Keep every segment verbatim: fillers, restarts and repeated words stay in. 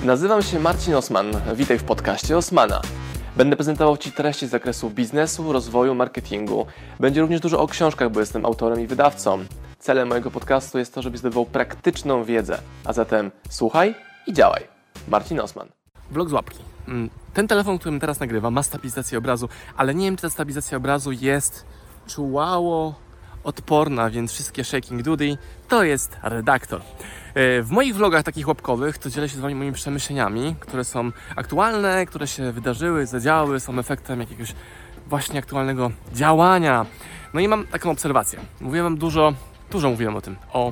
Nazywam się Marcin Osman. Witaj w podcaście Osmana. Będę prezentował Ci treści z zakresu biznesu, rozwoju, marketingu. Będzie również dużo o książkach, bo jestem autorem i wydawcą. Celem mojego podcastu jest to, żebyś zdobywał praktyczną wiedzę. A zatem słuchaj i działaj. Marcin Osman. Vlog z łapki. Ten telefon, którym teraz nagrywam, ma stabilizację obrazu, ale nie wiem, czy ta stabilizacja obrazu jest czułało odporna, więc wszystkie shaking duty to jest redaktor. W moich vlogach takich łapkowych to dzielę się z Wami moimi przemyśleniami, które są aktualne, które się wydarzyły, zadziały, są efektem jakiegoś właśnie aktualnego działania. No i mam taką obserwację. Mówiłem Wam dużo, dużo mówiłem o tym, o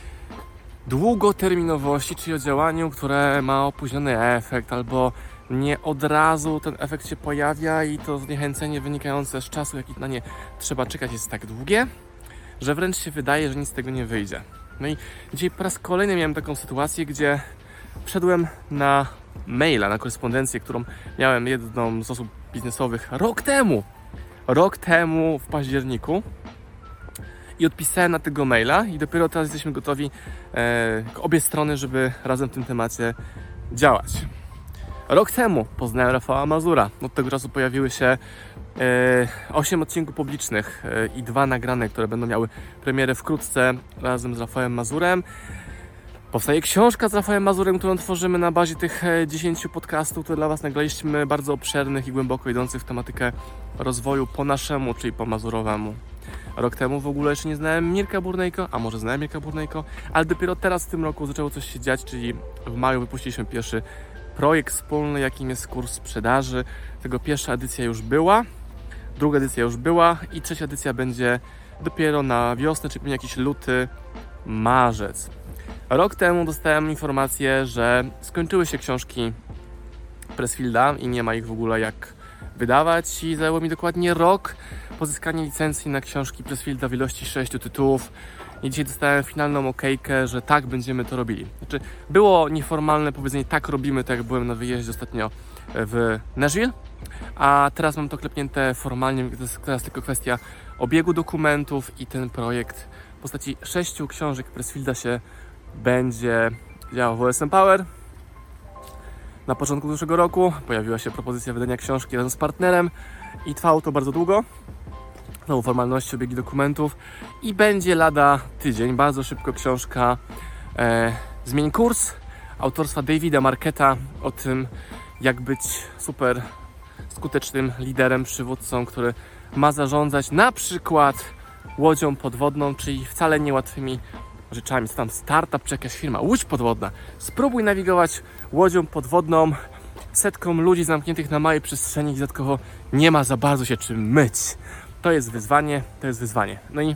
długoterminowości, czyli o działaniu, które ma opóźniony efekt, albo nie od razu ten efekt się pojawia i to zniechęcenie wynikające z czasu, jaki na nie trzeba czekać, jest tak długie, że wręcz się wydaje, że nic z tego nie wyjdzie. No i dzisiaj po raz kolejny miałem taką sytuację, gdzie wszedłem na maila, na korespondencję, którą miałem jedną z osób biznesowych rok temu. Rok temu w październiku. I odpisałem na tego maila i dopiero teraz jesteśmy gotowi e, obie strony, żeby razem w tym temacie działać. Rok temu poznałem Rafała Mazura. Od tego czasu pojawiły się osiem odcinków publicznych e, i dwa nagrane, które będą miały premierę wkrótce razem z Rafałem Mazurem. Powstaje książka z Rafałem Mazurem, którą tworzymy na bazie tych dziesięciu podcastów, które dla Was nagraliśmy, bardzo obszernych i głęboko idących w tematykę rozwoju po naszemu, czyli po mazurowemu. Rok temu w ogóle jeszcze nie znałem Mirka Burnejko, a może znałem Mirka Burnejko, ale dopiero teraz w tym roku zaczęło coś się dziać, czyli w maju wypuściliśmy pierwszy projekt wspólny, jakim jest kurs sprzedaży. Tego pierwsza edycja już była, druga edycja już była i trzecia edycja będzie dopiero na wiosnę, czyli pewnie jakiś luty, marzec. Rok temu dostałem informację, że skończyły się książki Pressfielda i nie ma ich w ogóle jak wydawać i zajęło mi dokładnie rok pozyskanie licencji na książki Pressfielda w ilości sześciu tytułów i dzisiaj dostałem finalną okejkę, że tak będziemy to robili. Znaczy, było nieformalne powiedzenie tak robimy, tak jak byłem na wyjeździe ostatnio w Nashville, a teraz mam to klepnięte formalnie, to jest teraz tylko kwestia obiegu dokumentów i ten projekt w postaci sześciu książek Pressfielda się będzie działał w O S M Power. Na początku zeszłego roku pojawiła się propozycja wydania książki razem z partnerem i trwało to bardzo długo. Znowu formalności, obiegi dokumentów i będzie lada tydzień, bardzo szybko książka e, Zmień kurs autorstwa Davida Marketa o tym, jak być super skutecznym liderem, przywódcą, który ma zarządzać na przykład łodzią podwodną, czyli wcale niełatwymi rzeczami. Co tam startup czy jakaś firma, łódź podwodna. Spróbuj nawigować łodzią podwodną setką ludzi zamkniętych na małej przestrzeni, gdzie dodatkowo nie ma za bardzo się czym myć. To jest wyzwanie, to jest wyzwanie. No i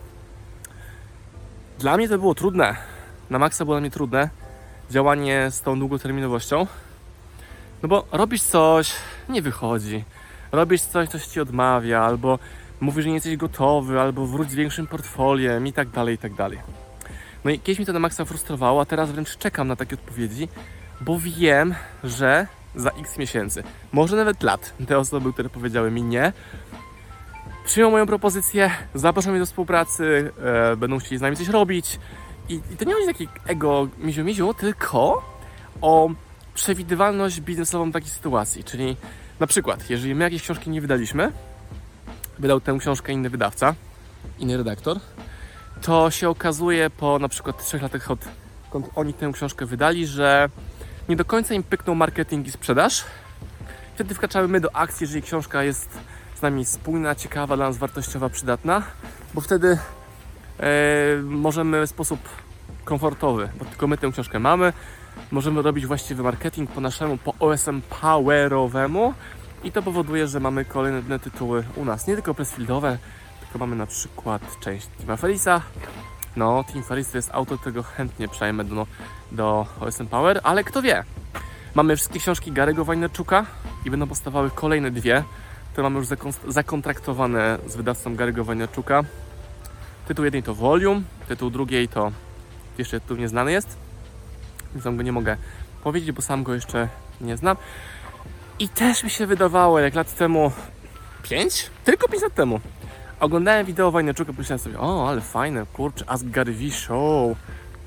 dla mnie to było trudne. Na maksa było dla mnie trudne działanie z tą długoterminowością. No bo robisz coś, nie wychodzi. Robisz coś, coś Ci odmawia, albo mówisz, że nie jesteś gotowy, albo wróć z większym portfoliem i tak dalej, i tak dalej. No i kiedyś mi to na maksa frustrowało, a teraz wręcz czekam na takie odpowiedzi, bo wiem, że za x miesięcy, może nawet lat, te osoby, które powiedziały mi nie, przyjmą moją propozycję, zaproszą mnie do współpracy, e, będą chcieli z nami coś robić i, i to nie chodzi o taki ego miziu-miziu, tylko o przewidywalność biznesową takiej sytuacji, czyli na przykład, jeżeli my jakieś książki nie wydaliśmy, wydał tę książkę inny wydawca, inny redaktor, to się okazuje po na przykład trzech latach od skąd oni tę książkę wydali, że nie do końca im pyknął marketing i sprzedaż. Wtedy wkraczamy my do akcji, jeżeli książka jest z nami spójna, ciekawa, dla nas wartościowa, przydatna, bo wtedy e, możemy w sposób komfortowy, bo tylko my tę książkę mamy, możemy robić właściwy marketing po naszemu, po O S M Powerowemu i to powoduje, że mamy kolejne tytuły u nas, nie tylko Pressfieldowe, tylko mamy na przykład część Tima Ferrisa. No, Tim Ferriss to jest autor, którego chętnie przejmę do, do O S M Power, ale kto wie. Mamy wszystkie książki Gary'ego Vaynerchuka i będą powstawały kolejne dwie, które mamy już zakontraktowane z wydawcą Gary'ego Vaynerchuka. Tytuł jednej to Volume, tytuł drugiej to jeszcze tytuł nieznany jest, więc tam go nie mogę powiedzieć, bo sam go jeszcze nie znam. I też mi się wydawało, jak lat temu, pięć? Tylko pięć lat temu, oglądałem wideo Vaynerchuka, pomyślałem sobie, o, ale fajne, kurczę, Ask Gary Vee Show,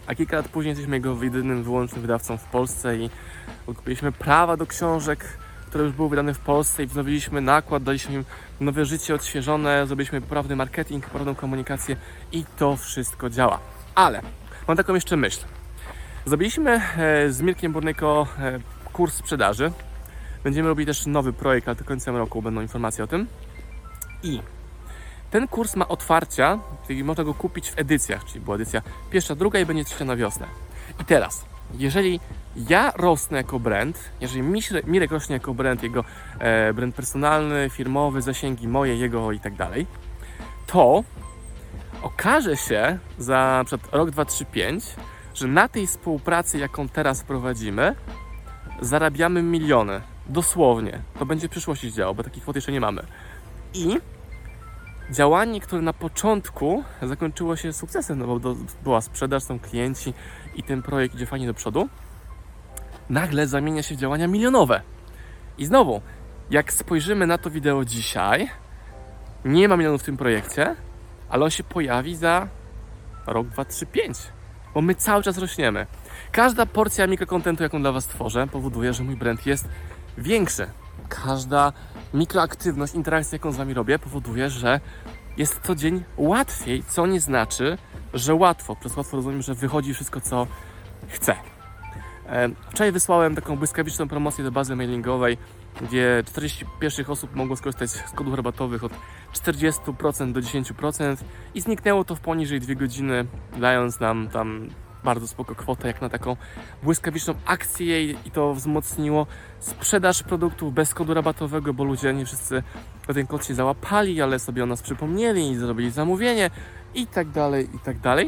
a kilka lat później jesteśmy jego jedynym, wyłącznym wydawcą w Polsce i kupiliśmy prawa do książek, które już były wydane w Polsce i wznowiliśmy nakład, daliśmy im nowe życie odświeżone, zrobiliśmy poprawny marketing, poprawną komunikację i to wszystko działa. Ale mam taką jeszcze myśl. Zrobiliśmy z Mirkiem Burnyko kurs sprzedaży. Będziemy robili też nowy projekt, ale do końca roku będą informacje o tym. I ten kurs ma otwarcia, czyli można go kupić w edycjach, czyli była edycja pierwsza, druga i będzie trzecia na wiosnę. I teraz, jeżeli ja rosnę jako brand, jeżeli Mirek rośnie jako brand, jego e, brand personalny, firmowy, zasięgi moje, jego i tak dalej, to okaże się za na przykład rok, dwa, trzy, pięć, że na tej współpracy, jaką teraz prowadzimy, zarabiamy miliony. Dosłownie. To będzie w przyszłości się działo, bo takich kwot jeszcze nie mamy. I działanie, które na początku zakończyło się sukcesem, no bo do, była sprzedaż, są klienci i ten projekt idzie fajnie do przodu, nagle zamienia się w działania milionowe. I znowu, jak spojrzymy na to wideo dzisiaj, nie ma milionów w tym projekcie, ale on się pojawi za rok, dwa, trzy, pięć. Bo my cały czas rośniemy. Każda porcja mikrokontentu, jaką dla Was tworzę, powoduje, że mój brand jest większy. Każda mikroaktywność, interakcja, jaką z Wami robię, powoduje, że jest co dzień łatwiej, co nie znaczy, że łatwo. Przez łatwo rozumiem, że wychodzi wszystko, co chcę. Wczoraj wysłałem taką błyskawiczną promocję do bazy mailingowej, gdzie czterdzieści pierwszych osób mogło skorzystać z kodów rabatowych od czterdzieści procent do dziesięć procent i zniknęło to w poniżej dwie godziny, dając nam tam bardzo spoko kwotę jak na taką błyskawiczną akcję i to wzmocniło sprzedaż produktów bez kodu rabatowego, bo ludzie nie wszyscy na ten kod się załapali, ale sobie o nas przypomnieli i zrobili zamówienie i tak dalej, i tak dalej.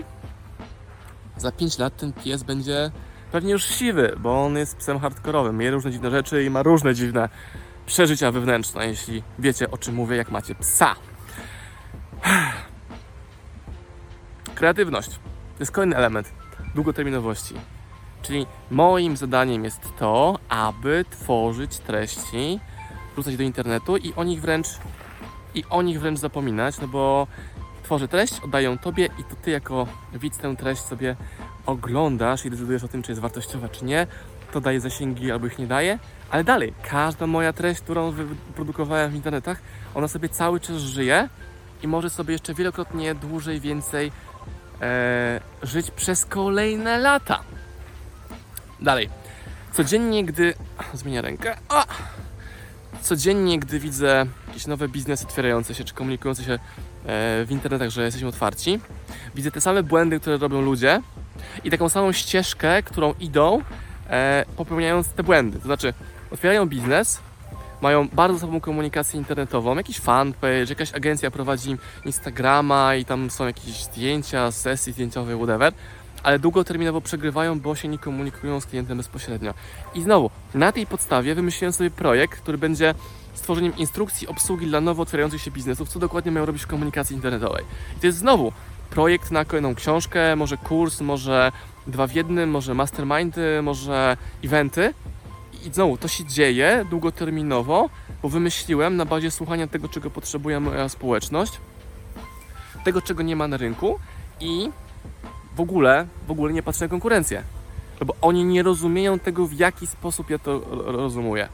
Za pięć lat ten pies będzie pewnie już siwy, bo on jest psem hardkorowym, je różne dziwne rzeczy i ma różne dziwne przeżycia wewnętrzne, jeśli wiecie, o czym mówię, jak macie psa. Kreatywność to jest kolejny element długoterminowości. Czyli moim zadaniem jest to, aby tworzyć treści, wrzucać do internetu i o nich wręcz i o nich wręcz zapominać, no bo tworzę treść, oddaję Tobie i to Ty jako widz tę treść sobie oglądasz i decydujesz o tym, czy jest wartościowa, czy nie. To daje zasięgi albo ich nie daje, ale dalej, każda moja treść, którą wyprodukowałem w internetach, ona sobie cały czas żyje i może sobie jeszcze wielokrotnie dłużej, więcej e, żyć przez kolejne lata. Dalej, codziennie, gdy... Zmienię rękę. O! Codziennie, gdy widzę jakieś nowe biznesy otwierające się, czy komunikujące się w internetach, że jesteśmy otwarci, widzę te same błędy, które robią ludzie i taką samą ścieżkę, którą idą, e, popełniając te błędy. To znaczy, otwierają biznes, mają bardzo słabą komunikację internetową, jakiś fanpage, jakaś agencja prowadzi Instagrama i tam są jakieś zdjęcia, sesje zdjęciowe, whatever, ale długoterminowo przegrywają, bo się nie komunikują z klientem bezpośrednio. I znowu, na tej podstawie wymyśliłem sobie projekt, który będzie stworzeniem instrukcji obsługi dla nowo otwierających się biznesów, co dokładnie mają robić w komunikacji internetowej. I to jest znowu projekt na kolejną książkę, może kurs, może dwa w jednym, może mastermindy, może eventy. I znowu, to się dzieje długoterminowo, bo wymyśliłem na bazie słuchania tego, czego potrzebuje moja społeczność, tego, czego nie ma na rynku i w ogóle, w ogóle nie patrzę na konkurencję. No bo oni nie rozumieją tego, w jaki sposób ja to rozumuję.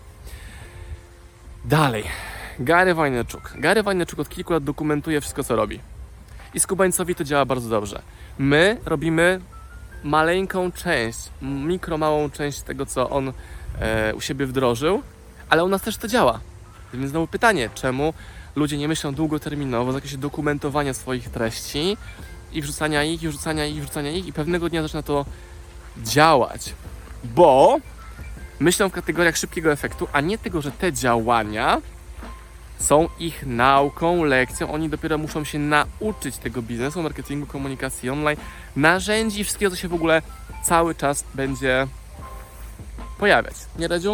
Dalej. Gary Vaynerchuk. Gary Vaynerchuk od kilku lat dokumentuje wszystko, co robi. I Skubańcowi to działa bardzo dobrze. My robimy maleńką część, mikro małą część tego, co on e, u siebie wdrożył, ale u nas też to działa. Więc znowu pytanie, czemu ludzie nie myślą długoterminowo z jakiegoś dokumentowania swoich treści i wrzucania ich, i wrzucania ich, i wrzucania ich i pewnego dnia zaczyna to działać. Bo myślą w kategoriach szybkiego efektu, a nie tego, że te działania są ich nauką, lekcją. Oni dopiero muszą się nauczyć tego biznesu, marketingu, komunikacji online, narzędzi, wszystkiego, co się w ogóle cały czas będzie pojawiać. Nie, Redziu?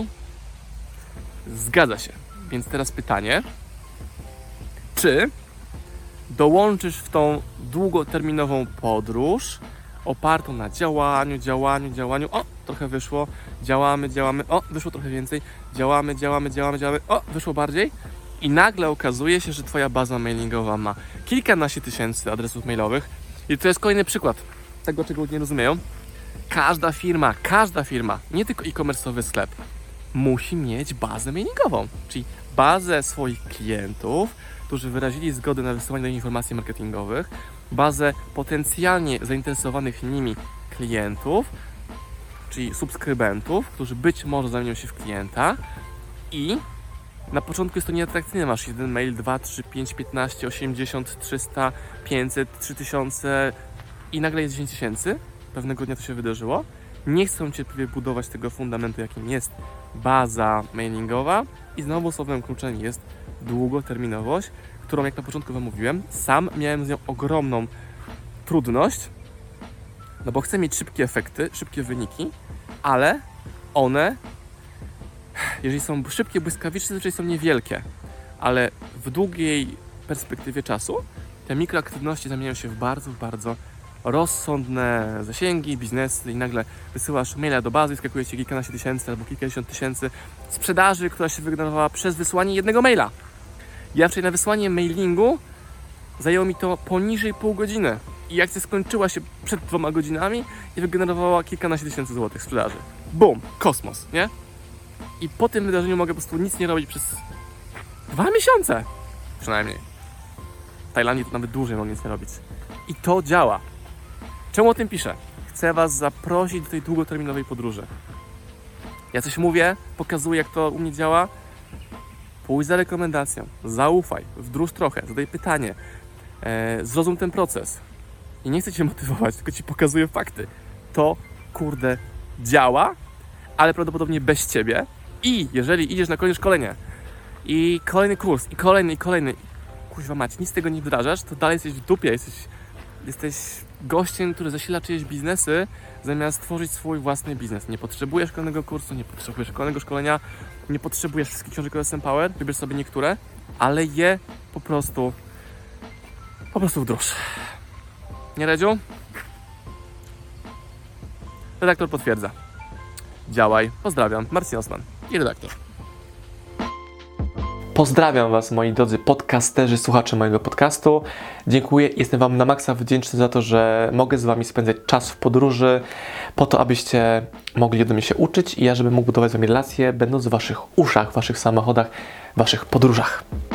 Zgadza się. Więc teraz pytanie, czy dołączysz w tą długoterminową podróż opartą na działaniu, działaniu, działaniu. O, trochę wyszło. Działamy, działamy. O, wyszło trochę więcej. Działamy, działamy, działamy, działamy. O, wyszło bardziej. I nagle okazuje się, że Twoja baza mailingowa ma kilkanaście tysięcy adresów mailowych. I to jest kolejny przykład tego, czego ludzie nie rozumieją. Każda firma, każda firma, nie tylko e-commerce'owy sklep, musi mieć bazę mailingową, czyli bazę swoich klientów, którzy wyrazili zgodę na wysyłanie do nich informacji marketingowych, bazę potencjalnie zainteresowanych nimi klientów, czyli subskrybentów, którzy być może zamienią się w klienta i na początku jest to nieatrakcyjne, masz jeden mail, dwa, trzy, pięć, piętnaście, osiemdziesiąt, trzysta, pięćset, trzy tysiące i nagle jest dziesięć tysięcy. Pewnego dnia to się wydarzyło. Nie chcą cierpliwie budować tego fundamentu, jakim jest baza mailingowa i znowu słowem kluczem jest długoterminowość, którą, jak na początku Wam mówiłem, sam miałem z nią ogromną trudność, no bo chcę mieć szybkie efekty, szybkie wyniki, ale one, jeżeli są szybkie, błyskawiczne, zazwyczaj są niewielkie, ale w długiej perspektywie czasu te mikroaktywności zamieniają się w bardzo, bardzo rozsądne zasięgi, biznesy i nagle wysyłasz maila do bazy, skakuje Ci kilkanaście tysięcy albo kilkadziesiąt tysięcy sprzedaży, która się wygenerowała przez wysłanie jednego maila. Ja wczoraj na wysłanie mailingu zajęło mi to poniżej pół godziny i akcja skończyła się przed dwoma godzinami i wygenerowała kilkanaście tysięcy złotych sprzedaży. Bum! Kosmos, nie? I po tym wydarzeniu mogę po prostu nic nie robić przez dwa miesiące przynajmniej. W Tajlandii to nawet dłużej mogę nic nie robić. I to działa. Czemu o tym piszę? Chcę Was zaprosić do tej długoterminowej podróży. Ja coś mówię, pokazuję, jak to u mnie działa. Pójdź za rekomendacją, zaufaj, wdróż trochę, zadaj pytanie, e, zrozum ten proces. I nie chcę Cię motywować, tylko Ci pokazuję fakty. To, kurde, działa, ale prawdopodobnie bez Ciebie. I jeżeli idziesz na kolejne szkolenie i kolejny kurs, i kolejny, i kolejny, kuźwa mać, nic z tego nie wdrażasz, to dalej jesteś w dupie, jesteś, jesteś gościem, który zasila czyjeś biznesy, zamiast tworzyć swój własny biznes. Nie potrzebujesz kolejnego kursu, nie potrzebujesz kolejnego szkolenia, nie potrzebujesz wszystkich książek o S M Power, wybierz sobie niektóre, ale je po prostu, po prostu wdróż. Nie, Redziu? Redaktor potwierdza. Działaj. Pozdrawiam. Marcin Osman i redaktor. Pozdrawiam Was, moi drodzy podcasterzy, słuchacze mojego podcastu. Dziękuję. Jestem Wam na maksa wdzięczny za to, że mogę z Wami spędzać czas w podróży, po to, abyście mogli ode mnie się uczyć i ja, żebym mógł budować z Wami relacje, będąc w Waszych uszach, w Waszych samochodach, w Waszych podróżach.